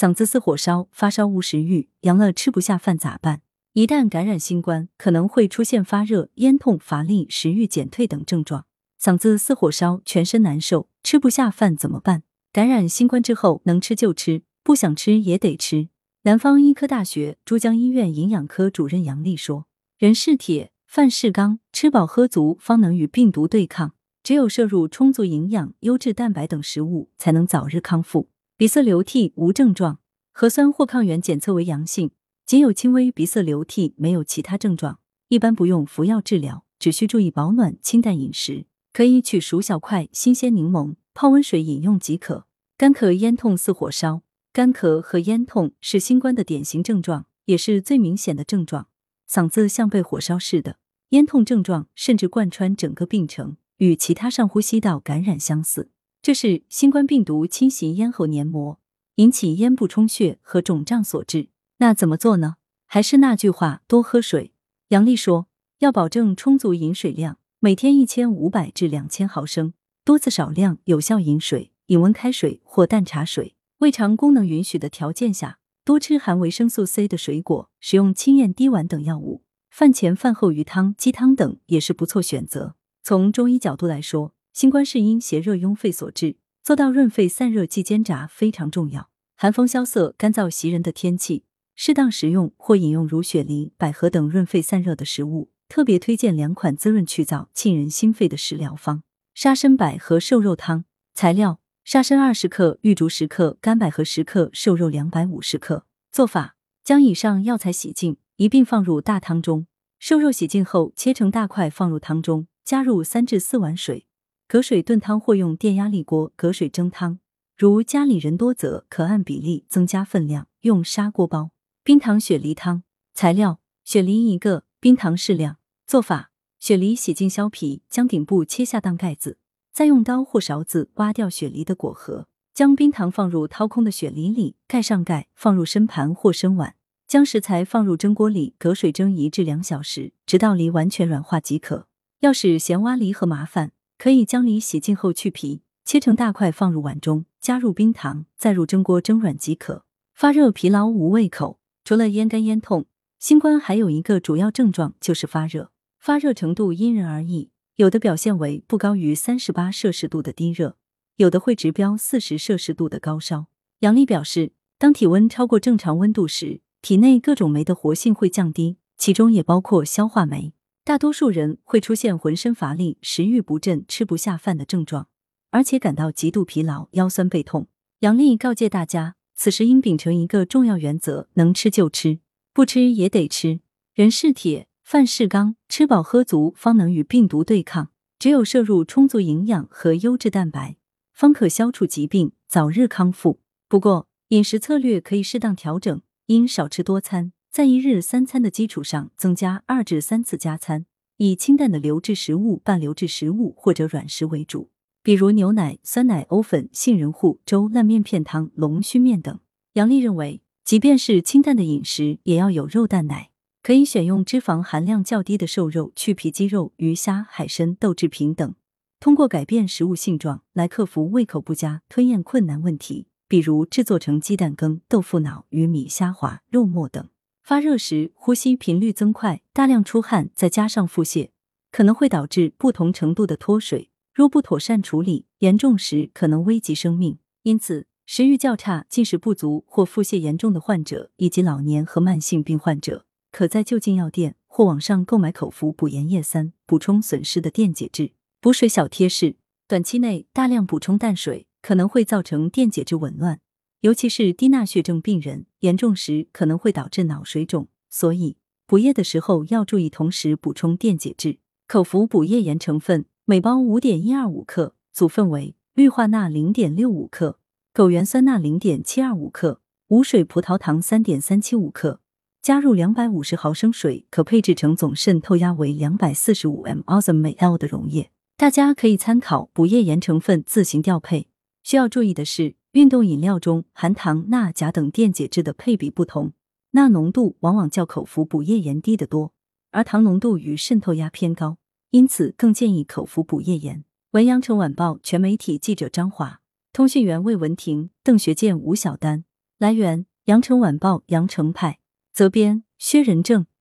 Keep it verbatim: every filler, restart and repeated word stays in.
嗓子似火烧，发烧无食欲，阳了吃不下饭咋办？一旦感染新冠，可能会出现发热、咽痛、乏力、食欲减退等症状。嗓子似火烧，全身难受，吃不下饭怎么办？感染新冠之后，能吃就吃，不想吃也得吃。南方医科大学珠江医院营养科主任杨丽说，人是铁，饭是钢，吃饱喝足方能与病毒对抗，只有摄入充足营养、优质蛋白等食物，才能早日康复。鼻塞流涕无症状，核酸或抗原检测为阳性，仅有轻微鼻塞流涕，没有其他症状，一般不用服药治疗，只需注意保暖、清淡饮食，可以取熟小块新鲜柠檬泡温水饮用即可。干咳咽痛似火烧，干咳和咽痛是新冠的典型症状，也是最明显的症状。嗓子像被火烧似的，咽痛症状甚至贯穿整个病程，与其他上呼吸道感染相似。这是新冠病毒侵袭咽喉黏膜，引起咽部充血和肿胀所致。那怎么做呢？还是那句话，多喝水。杨丽说，要保证充足饮水量，每天一千五百至两千毫升，多次少量有效饮水，饮温开水或淡茶水。胃肠功能允许的条件下，多吃含维生素 C 的水果，使用清咽滴丸等药物。饭前饭后鱼汤、鸡汤等也是不错选择。从中医角度来说，新冠是因邪热壅肺所致，做到润肺散热忌煎炸非常重要。寒风萧瑟、干燥袭人的天气，适当食用或饮用如雪梨、百合等润肺散热的食物，特别推荐两款滋润去燥、沁人心肺的食疗方。沙参百合瘦肉汤。材料：沙参二十克，玉竹十克，干百合十克，瘦肉两百五十克。做法：将以上药材洗净，一并放入大汤中。瘦肉洗净后切成大块放入汤中，加入三至四碗水，隔水炖汤或用电压力锅隔水蒸汤。如家里人多则可按比例增加分量，用砂锅煲。冰糖雪梨汤。材料：雪梨一个，冰糖适量。做法：雪梨洗净削皮，将顶部切下当盖子，再用刀或勺子挖掉雪梨的果核，将冰糖放入掏空的雪梨里，盖上盖，放入深盘或深碗，将食材放入蒸锅里，隔水蒸一至两小时，直到梨完全软化即可。要使嫌挖梨和麻烦，可以将梨洗净后去皮，切成大块放入碗中，加入冰糖，再入蒸锅蒸软即可。发热疲劳无胃口。除了咽干咽痛，新冠还有一个主要症状就是发热。发热程度因人而异，有的表现为不高于三十八摄氏度的低热，有的会直标四十摄氏度的高烧。杨丽表示，当体温超过正常温度时，体内各种酶的活性会降低，其中也包括消化酶。大多数人会出现浑身乏力、食欲不振、吃不下饭的症状，而且感到极度疲劳、腰酸背痛。杨丽告诫大家，此时应秉承一个重要原则，能吃就吃，不吃也得吃。人是铁，饭是钢，吃饱喝足方能与病毒对抗，只有摄入充足营养和优质蛋白，方可消除疾病，早日康复。不过，饮食策略可以适当调整，应少吃多餐，在一日三餐的基础上增加二至三次加餐，以清淡的流质食物、半流质食物或者软食为主，比如牛奶、酸奶、藕粉、杏仁糊、粥、烂面片汤、龙须面等。杨丽认为，即便是清淡的饮食，也要有肉蛋奶，可以选用脂肪含量较低的瘦肉、去皮鸡肉、鱼虾、海参、豆制品等，通过改变食物性状来克服胃口不佳、吞咽困难问题，比如制作成鸡蛋羹、豆腐脑、鱼米、虾滑、肉末等。发热时呼吸频率增快，大量出汗，再加上腹泻，可能会导致不同程度的脱水，若不妥善处理，严重时可能危及生命。因此，食欲较差、进食不足或腹泻严重的患者，以及老年和慢性病患者，可在就近药店或网上购买口服补盐叶三，补充损失的电解质。补水小贴士：短期内大量补充淡水可能会造成电解质紊乱，尤其是低钠血症病人，严重时可能会导致脑水肿，所以补液的时候要注意同时补充电解质。口服补液盐成分每包 五点一二五克，组分为氯化钠 零点六五克、枸原酸钠 零点七二五克、无水葡萄糖 三点三七五克，加入两百五十毫升水，可配制成总渗透压为 两百四十五 mAs 每 L 的溶液。大家可以参考补液盐成分自行调配。需要注意的是，运动饮料中含糖、钠、钾等电解质的配比不同，钠浓度往往较口服补液盐低得多，而糖浓度与渗透压偏高，因此更建议口服补液盐。文阳城晚报全媒体记者张华，通讯员魏文婷、邓学健、吴晓丹。 来源：羊城晚报羊城派，责编：薛仁正。